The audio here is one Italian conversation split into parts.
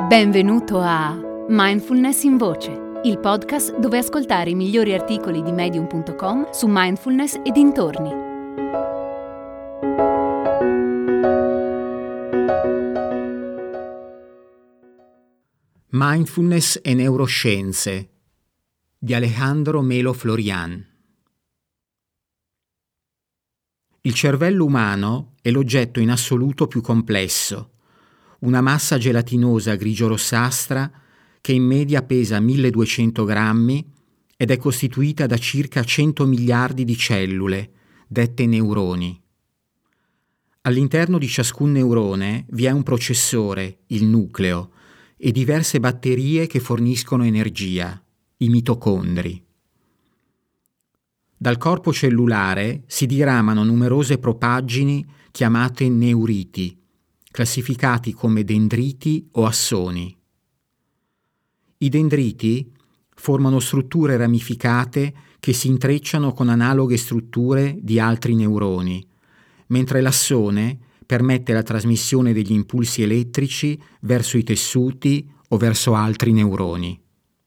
Benvenuto a Mindfulness in Voce, il podcast dove ascoltare i migliori articoli di Medium.com su mindfulness e dintorni. Mindfulness e neuroscienze di Alejandro Melo Florian. Il cervello umano è l'oggetto in assoluto più complesso, una massa gelatinosa grigio-rossastra che in media pesa 1200 grammi ed è costituita da circa 100 miliardi di cellule, dette neuroni. All'interno di ciascun neurone vi è un processore, il nucleo, e diverse batterie che forniscono energia, i mitocondri. Dal corpo cellulare si diramano numerose propaggini chiamate neuriti, classificati come dendriti o assoni. I dendriti formano strutture ramificate che si intrecciano con analoghe strutture di altri neuroni, mentre l'assone permette la trasmissione degli impulsi elettrici verso i tessuti o verso altri neuroni.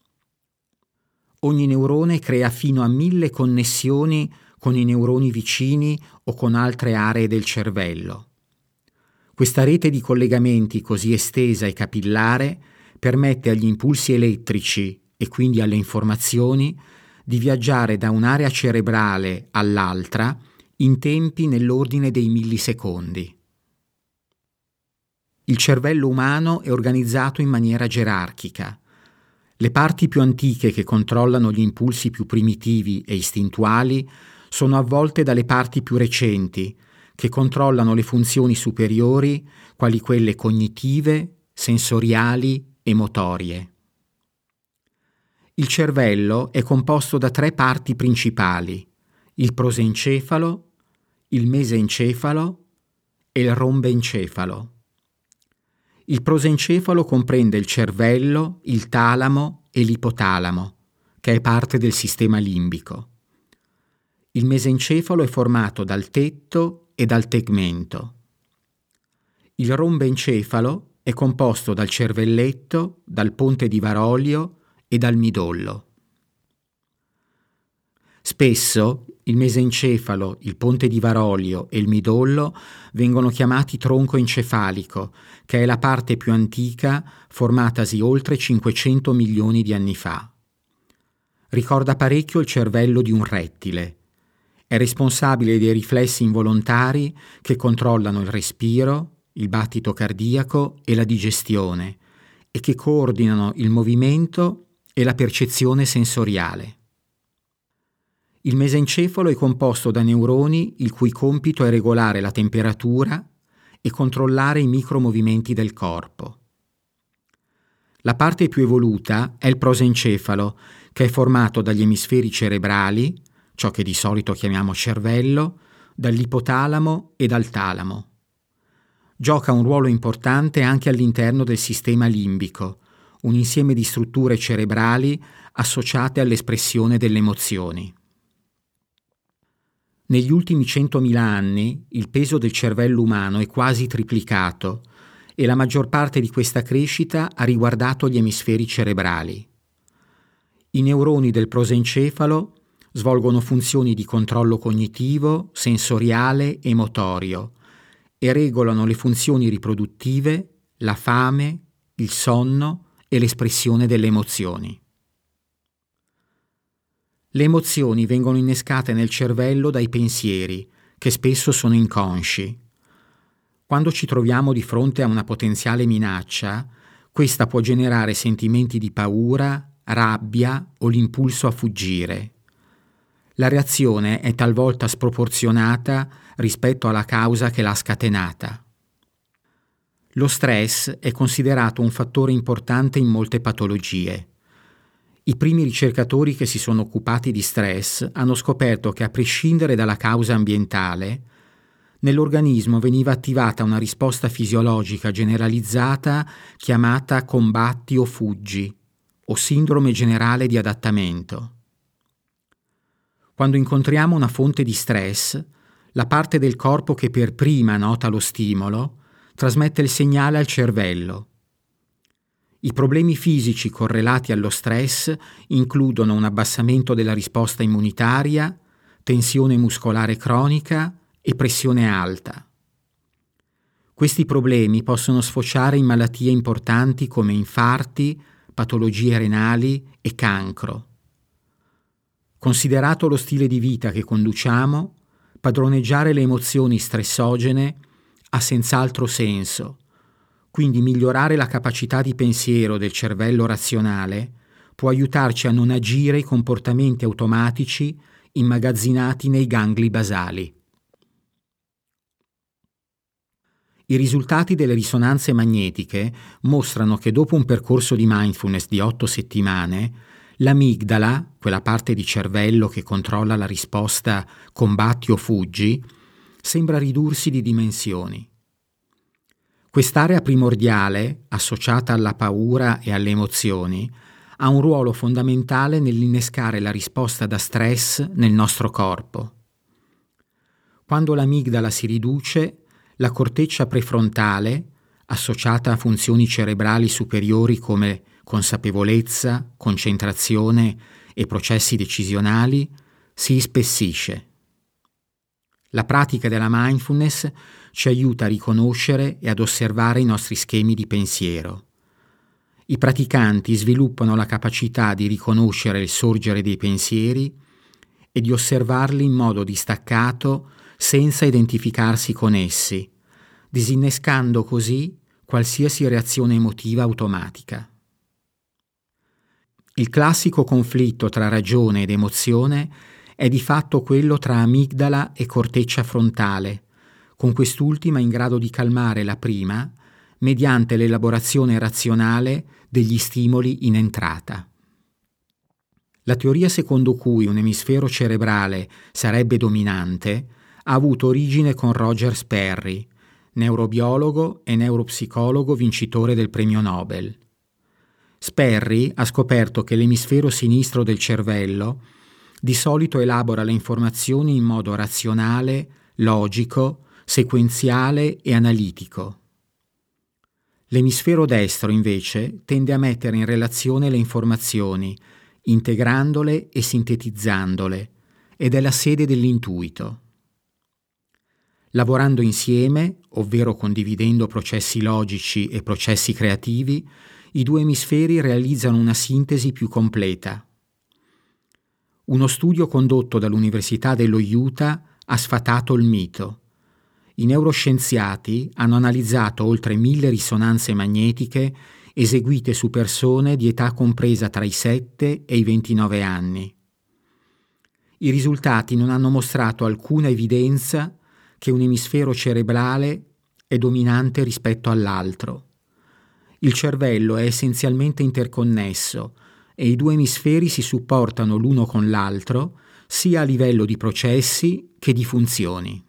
Ogni neurone crea fino a 1000 connessioni con i neuroni vicini o con altre aree del cervello. Questa rete di collegamenti così estesa e capillare permette agli impulsi elettrici e quindi alle informazioni di viaggiare da un'area cerebrale all'altra in tempi nell'ordine dei millisecondi. Il cervello umano è organizzato in maniera gerarchica. Le parti più antiche che controllano gli impulsi più primitivi e istintuali sono avvolte dalle parti più recenti, che controllano le funzioni superiori, quali quelle cognitive, sensoriali e motorie. Il cervello è composto da 3 parti principali: il prosencefalo, il mesencefalo e il rombencefalo. Il prosencefalo comprende il cervello, il talamo e l'ipotalamo, che è parte del sistema limbico. Il mesencefalo è formato dal tetto e dal tegmento. Il rombencefalo è composto dal cervelletto, dal ponte di Varolio e dal midollo. Spesso il mesencefalo, il ponte di Varolio e il midollo vengono chiamati tronco encefalico, che è la parte più antica, formatasi oltre 500 milioni di anni fa. Ricorda parecchio il cervello di un rettile. È responsabile dei riflessi involontari che controllano il respiro, il battito cardiaco e la digestione e che coordinano il movimento e la percezione sensoriale. Il mesencefalo è composto da neuroni il cui compito è regolare la temperatura e controllare i micromovimenti del corpo. La parte più evoluta è il prosencefalo, che è formato dagli emisferi cerebrali, ciò che di solito chiamiamo cervello, dall'ipotalamo e dal talamo. Gioca un ruolo importante anche all'interno del sistema limbico, un insieme di strutture cerebrali associate all'espressione delle emozioni. Negli ultimi 100.000 anni il peso del cervello umano è quasi triplicato e la maggior parte di questa crescita ha riguardato gli emisferi cerebrali. I neuroni del prosencefalo svolgono funzioni di controllo cognitivo, sensoriale e motorio e regolano le funzioni riproduttive, la fame, il sonno e l'espressione delle emozioni. Le emozioni vengono innescate nel cervello dai pensieri, che spesso sono inconsci. Quando ci troviamo di fronte a una potenziale minaccia, questa può generare sentimenti di paura, rabbia o l'impulso a fuggire. La reazione è talvolta sproporzionata rispetto alla causa che l'ha scatenata. Lo stress è considerato un fattore importante in molte patologie. I primi ricercatori che si sono occupati di stress hanno scoperto che, a prescindere dalla causa ambientale, nell'organismo veniva attivata una risposta fisiologica generalizzata chiamata combatti o fuggi, o sindrome generale di adattamento. Quando incontriamo una fonte di stress, la parte del corpo che per prima nota lo stimolo trasmette il segnale al cervello. I problemi fisici correlati allo stress includono un abbassamento della risposta immunitaria, tensione muscolare cronica e pressione alta. Questi problemi possono sfociare in malattie importanti come infarti, patologie renali e cancro. Considerato lo stile di vita che conduciamo, padroneggiare le emozioni stressogene ha senz'altro senso. Quindi migliorare la capacità di pensiero del cervello razionale può aiutarci a non agire i comportamenti automatici immagazzinati nei gangli basali. I risultati delle risonanze magnetiche mostrano che dopo un percorso di mindfulness di 8 settimane, l'amigdala, quella parte di cervello che controlla la risposta combatti o fuggi, sembra ridursi di dimensioni. Quest'area primordiale, associata alla paura e alle emozioni, ha un ruolo fondamentale nell'innescare la risposta da stress nel nostro corpo. Quando l'amigdala si riduce, la corteccia prefrontale, associata a funzioni cerebrali superiori come consapevolezza, concentrazione e processi decisionali, si ispessisce. La pratica della mindfulness ci aiuta a riconoscere e ad osservare i nostri schemi di pensiero. I praticanti sviluppano la capacità di riconoscere il sorgere dei pensieri e di osservarli in modo distaccato senza identificarsi con essi, disinnescando così qualsiasi reazione emotiva automatica. Il classico conflitto tra ragione ed emozione è di fatto quello tra amigdala e corteccia frontale, con quest'ultima in grado di calmare la prima mediante l'elaborazione razionale degli stimoli in entrata. La teoria secondo cui un emisfero cerebrale sarebbe dominante ha avuto origine con Roger Sperry, neurobiologo e neuropsicologo vincitore del premio Nobel. Sperry ha scoperto che l'emisfero sinistro del cervello di solito elabora le informazioni in modo razionale, logico, sequenziale e analitico. L'emisfero destro, invece, tende a mettere in relazione le informazioni, integrandole e sintetizzandole, ed è la sede dell'intuito. Lavorando insieme, ovvero condividendo processi logici e processi creativi, i due emisferi realizzano una sintesi più completa. Uno studio condotto dall'Università dello Utah ha sfatato il mito. I neuroscienziati hanno analizzato oltre 1000 risonanze magnetiche eseguite su persone di età compresa tra i 7 e i 29 anni. I risultati non hanno mostrato alcuna evidenza che un emisfero cerebrale è dominante rispetto all'altro. Il cervello è essenzialmente interconnesso e i due emisferi si supportano l'uno con l'altro sia a livello di processi che di funzioni.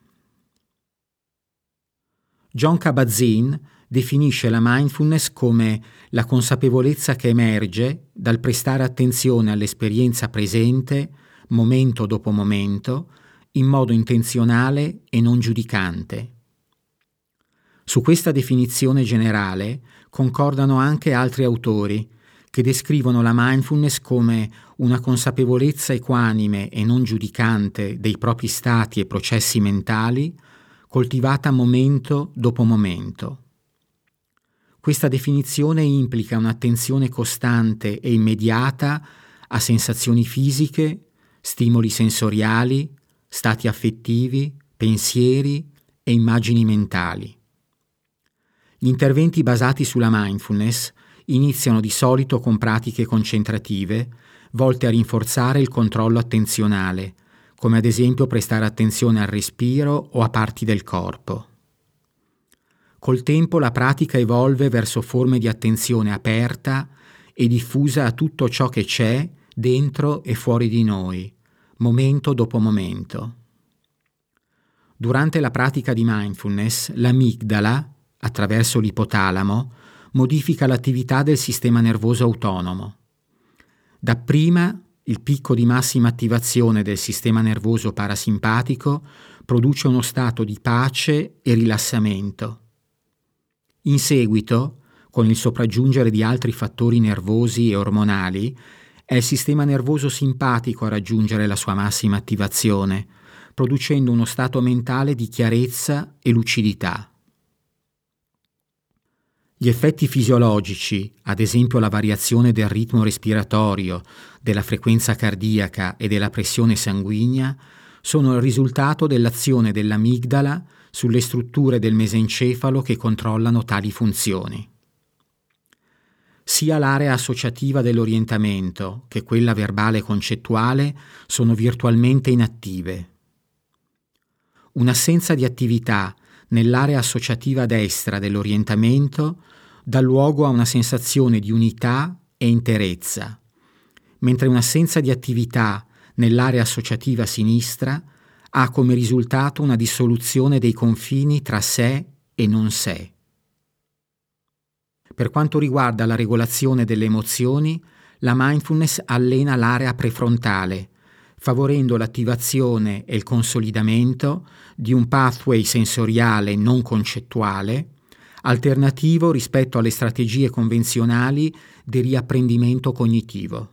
Jon Kabat-Zinn definisce la mindfulness come la consapevolezza che emerge dal prestare attenzione all'esperienza presente, momento dopo momento, in modo intenzionale e non giudicante. Su questa definizione generale concordano anche altri autori che descrivono la mindfulness come una consapevolezza equanime e non giudicante dei propri stati e processi mentali, coltivata momento dopo momento. Questa definizione implica un'attenzione costante e immediata a sensazioni fisiche, stimoli sensoriali, stati affettivi, pensieri e immagini mentali. Gli interventi basati sulla mindfulness iniziano di solito con pratiche concentrative volte a rinforzare il controllo attenzionale, come ad esempio prestare attenzione al respiro o a parti del corpo. Col tempo la pratica evolve verso forme di attenzione aperta e diffusa a tutto ciò che c'è dentro e fuori di noi, momento dopo momento. Durante la pratica di mindfulness, l'amigdala, attraverso l'ipotalamo, modifica l'attività del sistema nervoso autonomo. Dapprima, il picco di massima attivazione del sistema nervoso parasimpatico produce uno stato di pace e rilassamento. In seguito, con il sopraggiungere di altri fattori nervosi e ormonali, è il sistema nervoso simpatico a raggiungere la sua massima attivazione, producendo uno stato mentale di chiarezza e lucidità. Gli effetti fisiologici, ad esempio la variazione del ritmo respiratorio, della frequenza cardiaca e della pressione sanguigna, sono il risultato dell'azione dell'amigdala sulle strutture del mesencefalo che controllano tali funzioni. Sia l'area associativa dell'orientamento che quella verbale concettuale sono virtualmente inattive. Un'assenza di attività nell'area associativa destra dell'orientamento dà luogo a una sensazione di unità e interezza, mentre un'assenza di attività nell'area associativa sinistra ha come risultato una dissoluzione dei confini tra sé e non sé. Per quanto riguarda la regolazione delle emozioni, la mindfulness allena l'area prefrontale, favorendo l'attivazione e il consolidamento di un pathway sensoriale non concettuale, alternativo rispetto alle strategie convenzionali di riapprendimento cognitivo.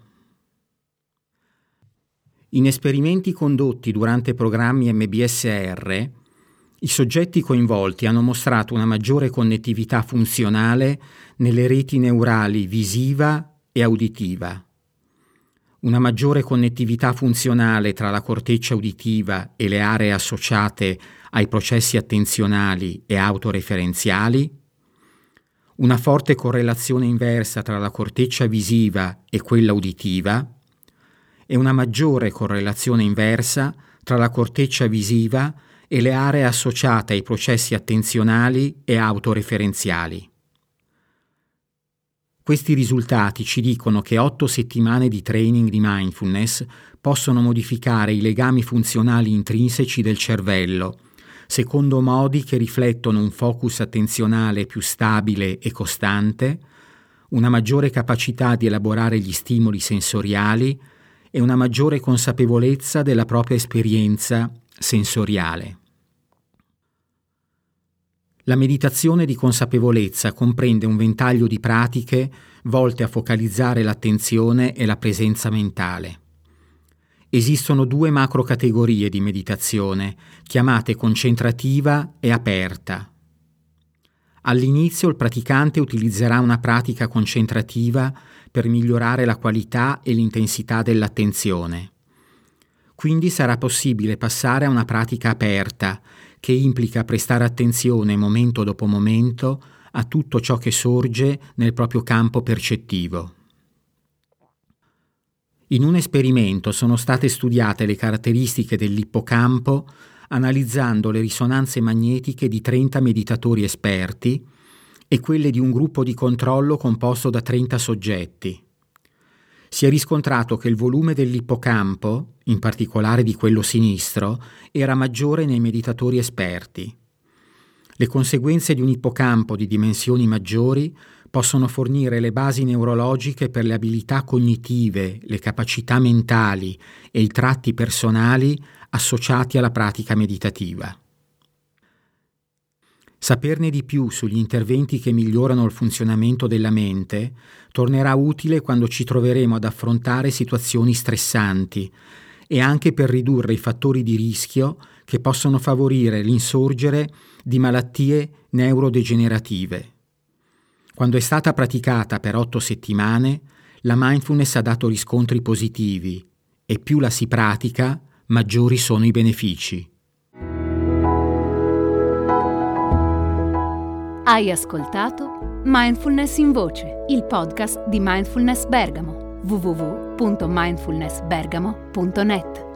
In esperimenti condotti durante programmi MBSR, i soggetti coinvolti hanno mostrato una maggiore connettività funzionale nelle reti neurali visiva e uditiva, una maggiore connettività funzionale tra la corteccia uditiva e le aree associate ai processi attenzionali e autoreferenziali, una forte correlazione inversa tra la corteccia visiva e quella uditiva e una maggiore correlazione inversa tra la corteccia visiva e le aree associate ai processi attenzionali e autoreferenziali. Questi risultati ci dicono che 8 settimane di training di mindfulness possono modificare i legami funzionali intrinseci del cervello, secondo modi che riflettono un focus attenzionale più stabile e costante, una maggiore capacità di elaborare gli stimoli sensoriali e una maggiore consapevolezza della propria esperienza sensoriale. La meditazione di consapevolezza comprende un ventaglio di pratiche volte a focalizzare l'attenzione e la presenza mentale. Esistono 2 macrocategorie di meditazione, chiamate concentrativa e aperta. All'inizio il praticante utilizzerà una pratica concentrativa per migliorare la qualità e l'intensità dell'attenzione. Quindi sarà possibile passare a una pratica aperta, che implica prestare attenzione momento dopo momento a tutto ciò che sorge nel proprio campo percettivo. In un esperimento sono state studiate le caratteristiche dell'ippocampo analizzando le risonanze magnetiche di 30 meditatori esperti e quelle di un gruppo di controllo composto da 30 soggetti. Si è riscontrato che il volume dell'ippocampo, in particolare di quello sinistro, era maggiore nei meditatori esperti. Le conseguenze di un ippocampo di dimensioni maggiori possono fornire le basi neurologiche per le abilità cognitive, le capacità mentali e i tratti personali associati alla pratica meditativa. Saperne di più sugli interventi che migliorano il funzionamento della mente tornerà utile quando ci troveremo ad affrontare situazioni stressanti e anche per ridurre i fattori di rischio che possono favorire l'insorgere di malattie neurodegenerative. Quando è stata praticata per 8 settimane, la mindfulness ha dato riscontri positivi e più la si pratica, maggiori sono i benefici. Hai ascoltato Mindfulness in Voce, il podcast di Mindfulness Bergamo, www.mindfulnessbergamo.net.